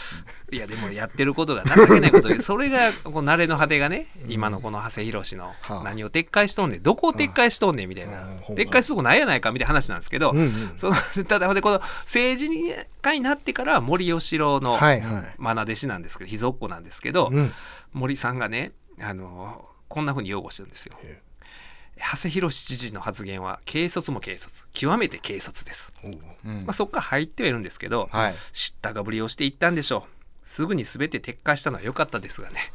いやでもやってることが情けないことでそれがこう慣れの果てがね、うん、今のこの長谷博の何を撤回しとんねんどこを撤回しとんねんみたいな、撤回するとこないやないかみたいな話なんですけど、うんうん、そのただでこの政治家になってから森喜朗の愛弟子なんですけど、秘蔵っ子なんですけど、うん、森さんがねあのこんな風に擁護してるんですよ。長谷博知事の発言は軽率も軽率極めて軽率です、うんまあ、そこから入ってはいるんですけど、はい、知ったかぶりをしていったんでしょう。すぐに全て撤回したのは良かったですがね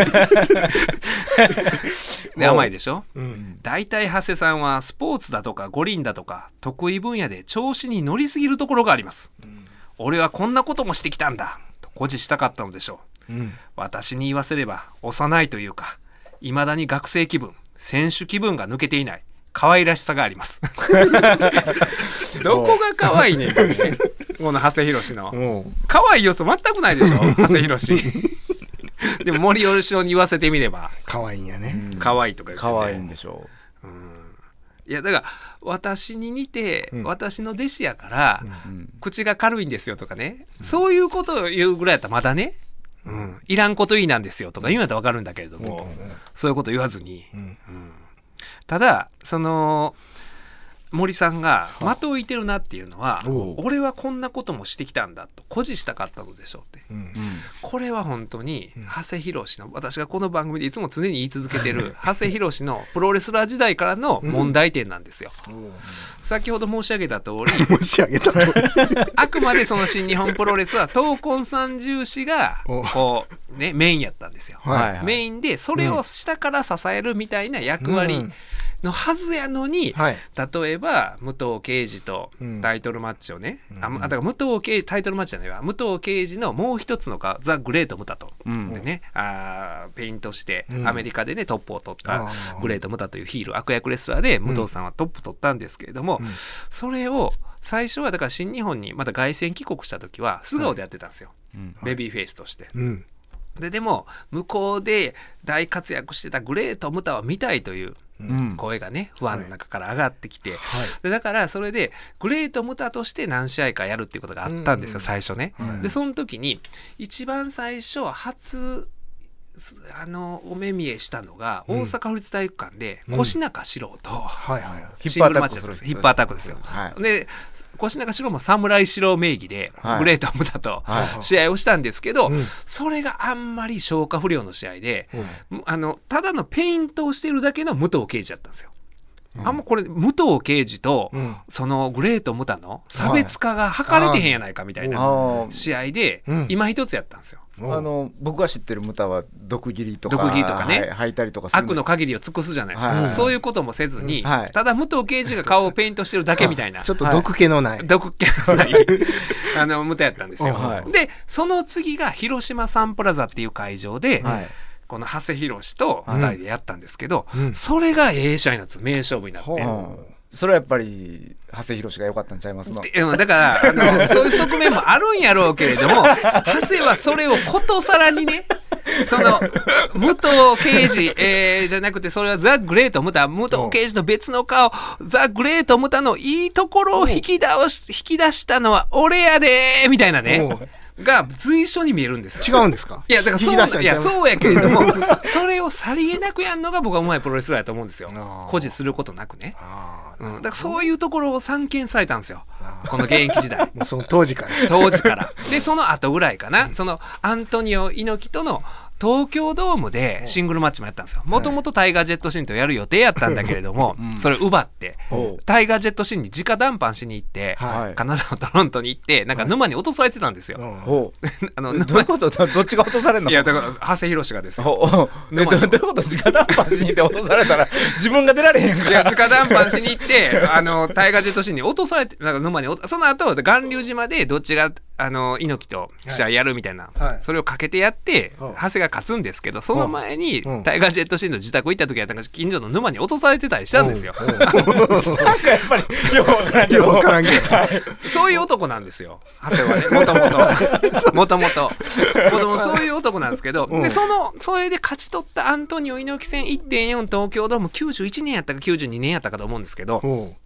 で甘いでしょ、うん、大体長谷さんはスポーツだとか五輪だとか得意分野で調子に乗りすぎるところがあります、うん、俺はこんなこともしてきたんだと誇示したかったのでしょう、うん、私に言わせれば幼いというかいまだに学生気分選手気分が抜けていない可愛らしさがありますどこが可愛いねんこれねこの長谷博の可愛い要素全くないでしょ長谷博でも森喜朗に言わせてみれば可愛いんやね、 うん、可愛いとか言って可愛いんでしょう、うん、 いやだから私に似て、うん、私の弟子やから、うん、口が軽いんですよとかね、うん、そういうことを言うぐらいやったらまだねうん、いらんこといいなんですよとか言うんやったら分かるんだけれども、うん、そういうこと言わずに、うんうん、ただその森さんが的を射てるなっていうのは、俺はこんなこともしてきたんだと誇示したかったのでしょうって、うん、これは本当に長谷博の私がこの番組でいつも常に言い続けてる長谷博のプロレスラー時代からの問題点なんですよ、うん、先ほど申し上げた通り申し上げた通りあくまでその新日本プロレスは闘魂三重視がこう、ね、メインやったんですよ、はいはい、メインでそれを下から支えるみたいな役割のはずやのに、はい、例えば武藤敬司とタイトルマッチをね、うん、あだから武藤敬司タイトルマッチじゃないわ武藤敬司のもう一つの顔ザ・グレート・ムタと、うん、でねあペイントしてアメリカでねトップを取ったグレート・ムタというヒール悪役レスラーで武藤さんはトップ取ったんですけれども、うん、それを最初はだから新日本にまた凱旋帰国した時は素顔でやってたんですよ、はい、ベビーフェイスとして、はいうんででも向こうで大活躍してたグレート・ムタを見たいという声がね、うん、ファンの中から上がってきて、はい、でだからそれでグレート・ムタとして何試合かやるっていうことがあったんですよ、うん、最初ね、はい、でその時に一番最初初あのお目見えしたのが大阪府立体育館で越中史郎とシングルマッチだったんです。ヒップアタックですよ、はい、で越中史郎も侍史郎名義でグレート・ムタと試合をしたんですけど、はいはい、それがあんまり消化不良の試合で、うん、あのただのペイントをしてるだけの武藤敬司だったんですよ。うん、あんまこれ武藤敬司と、うん、そのグレート・ムタの差別化が図れてへんやないかみたいな試合で、はい、今一つやったんですよ。 あの僕が知ってるムタは毒斬りとか毒斬りとかね、 はい、吐いたりとかする悪の限りを尽くすじゃないですか、はい、そういうこともせずに、はい、ただ武藤敬司が顔をペイントしてるだけみたいなちょっと毒気のない、 はい、毒気のないあのムタやったんですよ、はい、でその次が広島サンプラザっていう会場で、はい、この長谷博とふたりでやったんですけど、うん、それがええ試合なんです名勝負になって、うんそれはやっぱり長谷博が良かったんちゃいますの。 だからあのそういう側面もあるんやろうけれども長谷はそれをことさらにねその武藤敬司、えー、じゃなくてそれはザ・グレート・ムタ武藤敬司の別の顔ザ・グレート・ムタのいいところを引き出し、引き出したのは俺やでーみたいなねが随所に見えるんですよ。違うんですか？ いやだからそういやそうやけれどもそれをさりげなくやるのが僕はうまいプロレスラーやと思うんですよ。誇示することなくね。うん、だからそういうところを散見されたんですよこの現役時代もうその当時から当時からでその後ぐらいかな、うん、そのアントニオ猪木との東京ドームでシングルマッチもやったんですよ。もともとタイガージェットシンとやる予定やったんだけれども、うん、それを奪ってタイガージェットシンに直談判しに行って、はい、カナダのトロントに行ってなんか沼に落とされてたんですよ、 はい、あのどういうことどっちが落とされるの？ いやだから長谷博がですよど, どういうこと直談判しに行って落とされたら自分が出られへんからいや直談判しに行ってあのタイガージェットシンに落とされてなんか沼にその後巌流島でどっちがあの猪木と試合やるみたいな、はい、それをかけてやって長谷が勝つんですけどその前にタイガージェットシーンの自宅行った時はなんか近所の沼に落とされてたりしたんですよ。なんかやっぱりよくわからんけどわからんけどそういう男なんですよ長谷はねもともともともとそういう男なんですけどでそのそれで勝ち取ったアントニオ猪木戦 いってんよん 東京ドームきゅうじゅういちねんやったかきゅうじゅうにねんやったかと思うんですけど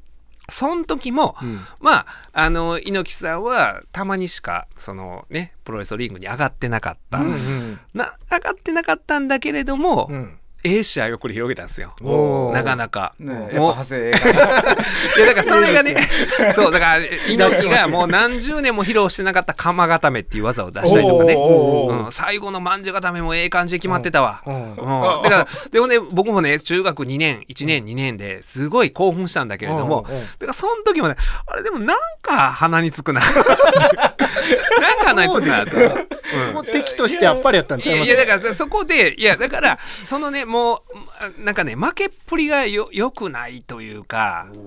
その時も、うん、まああの猪木さんはたまにしかそのねプロレスリングに上がってなかった、うんうん、な上がってなかったんだけれども、うん、ええ試合を繰り広げたんですよ。なかなか、 ね、もうやっぱ派生いやだからそれがねそうだから猪木がもう何十年も披露してなかった鎌固めっていう技を出したりとかね、うん、最後のまんじゅ固めもええ感じで決まってたわ。うん、だからでもね僕もね中学にねんいちねんにねんですごい興奮したんだけれども、だからその時もねあれでもなんか鼻につくななんか鼻につくなと、 そこ敵としてやっぱりやったんちゃいますか。 いやだからそこでいやだからそのねもうなんかね負けっぷりがよよくないというか、うん、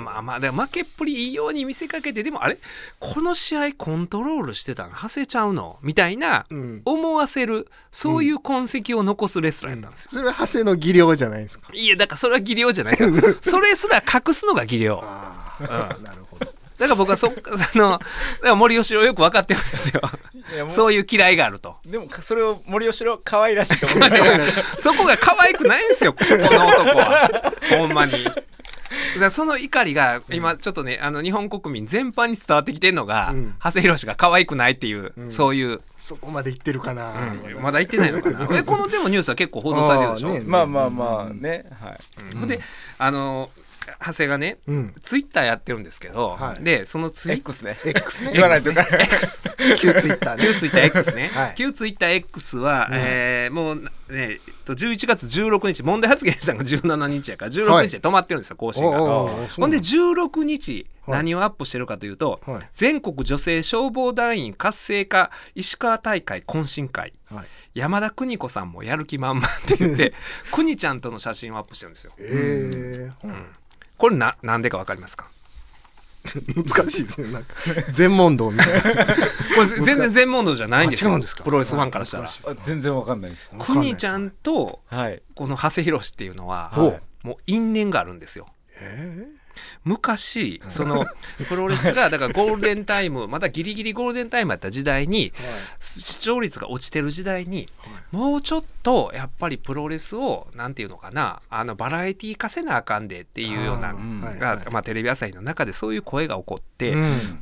まあまあで負けっぷりいいように見せかけてでもあれこの試合コントロールしてたの外せちゃうのみたいな、うん、思わせるそういう痕跡を残すレスラーやったんですよ。 うん、それは長谷の技量じゃないですか。 いやだからそれは技量じゃないですよそれすら隠すのが技量。あ、うん、なるほど。だから僕はそあのだから森喜朗よく分かってるんですよそういう嫌いがあると。 でもそれを森喜朗可愛らしいと思うそこが可愛くないんですよこの男はほんまに。だからその怒りが今ちょっとねあの日本国民全般に伝わってきてるのが、うん、長谷博が可愛くないっていう、うん、そういうそこまで言ってるかな、 うん、まだ言ってないのかなえこのでもニュースは結構報道されてるでしょ。 ね、まあまあまあね、はい、 うん、であの長谷がね、うん、ツイッターやってるんですけど、はい、でそのツイ X ね X ね言わないとか X 旧ツイッターね旧ツイッター X ね、はい、旧ツイッター X は、うんえー、もうねじゅういちがつじゅうろくにち問題発言したのがじゅうしちにちやからじゅうろくにちで止まってるんですよ、更新が。ほんでじゅうろくにち何をアップしてるかというと、はい、全国女性消防団員活性化石川大会懇親会、はい、山田邦子さんもやる気満々って言って邦ちゃんとの写真をアップしてるんですよ。 へー、うんこれななんでか分かりますか。 難しいですねなんか全問答みたいなこれ全然全問答じゃないんですよ。プロレスファンからしたら全然分かんないです。 邦ちゃんとこの長谷博っていうのは、はい、もう因縁があるんですよ。 えー昔そのプロレスがだからゴールデンタイムまだギリギリゴールデンタイムやった時代に、はい、視聴率が落ちてる時代に、はい、もうちょっとやっぱりプロレスをなんていうのかなあのバラエティー化せなあかんでっていうようなが、まあ、テレビ朝日の中でそういう声が起こって、うん、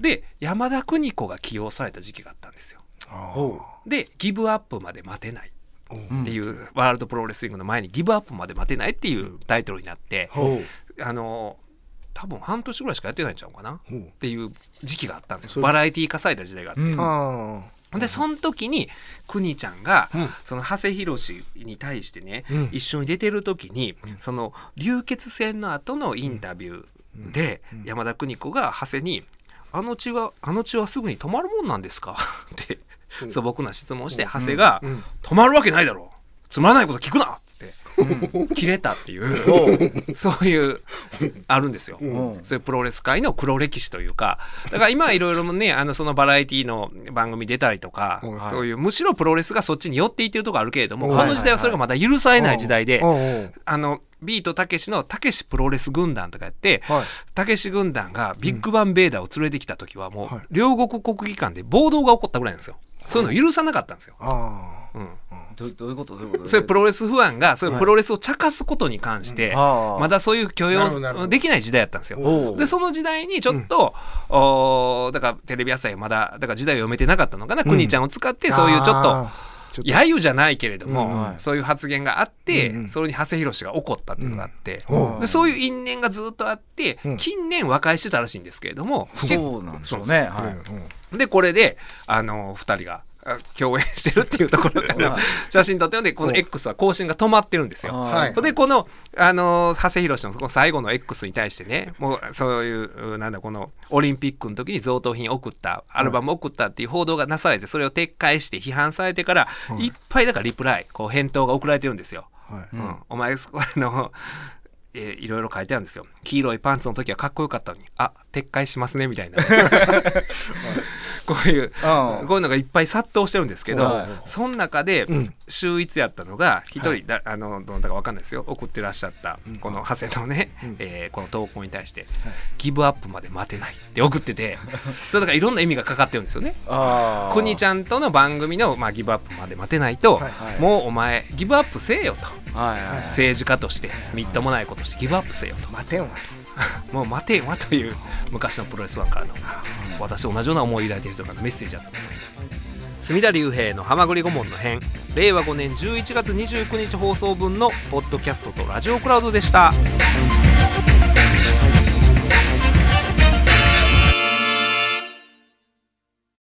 で山田邦子が起用された時期があったんですよ。でギブアップまで待てないっていう、うん、ワールドプロレスリングの前にギブアップまで待てないっていうタイトルになって、うん、あの多分半年ぐらいしかやってないんちゃうかな、うん、っていう時期があったんですよ。バラエティー化された時代があって、うん、でその時に邦ちゃんが、うん、その長谷博に対してね、うん、一緒に出てる時に、うん、その流血戦の後のインタビューで、うん、山田邦子が長谷にあの血はあの血はすぐに止まるもんなんですかって素朴な質問をして、長谷が、うんうん、止まるわけないだろうつまらないこと聞くなっつって、うん、切れたっていうそういうあるんですよ、うん、そういうプロレス界の黒歴史というかだから今はいろいろねあのそのバラエティの番組出たりとか、はい、そういうむしろプロレスがそっちに寄っていってるところあるけれども、はい、この時代はそれがまだ許されない時代で、はいはいはい、あのビートたけしのたけしプロレス軍団とかやってたけし軍団がビッグバンベイダーを連れてきた時はもう両国国技館で暴動が起こったぐらいなんですよ。そういうの許さなかったんですよ。 あ、 うん、 ど, どういうことどういうことそういうプロレスファンがそういうプロレスを茶化すことに関して、はい、まだそういう許容できない時代だったんですよ。でその時代にちょっと、うん、おだからテレビ朝日はまだだから時代を読めてなかったのかな、うん、邦ちゃんを使ってそういうちょっと揶揄じゃないけれども、うんはい、そういう発言があって、うんうん、それに長谷博が怒ったっていうのがあって、うん、でそういう因縁がずっとあって、うん、近年和解してたらしいんですけれども、 うん、そうなんですよね、はい、でこれであのふたりが共演してるっていうところで写真撮ってるのでこの X は更新が止まってるんですよ。でこの、あの長谷博のこの最後の X に対してねもうそういうなんだこのオリンピックの時に贈答品送ったアルバム送ったっていう報道がなされてそれを撤回して批判されてから、はい、いっぱいだからリプライこう返答が送られてるんですよ。はいうん、お前これのえー、いろいろ書いてあるんですよ。黄色いパンツの時はかっこよかったのにあ撤回しますねみたいなこういうこういうのがいっぱい殺到してるんですけど、はい、その中で秀逸やったのが一人だ、はい、あのどなたか分かんないですよ送ってらっしゃったこの長谷のね、うんえー、この投稿に対して、はい、ギブアップまで待てないって送っててそれだからいろんな意味がかかってるんですよね。邦ちゃんとの番組の、まあ、ギブアップまで待てないと、はいはい、もうお前ギブアップせえよと、はいはいはい、政治家としてみっともないことしてギブアップせよと待てんわもう待てよという昔のプロレスファンからの、私と同じような思い抱いている人からのメッセージだったと思います。隅田隆平のはまぐり顧問の編、れいわごねんじゅういちがつにじゅうくにち放送分のポッドキャストとラジオクラウドでした。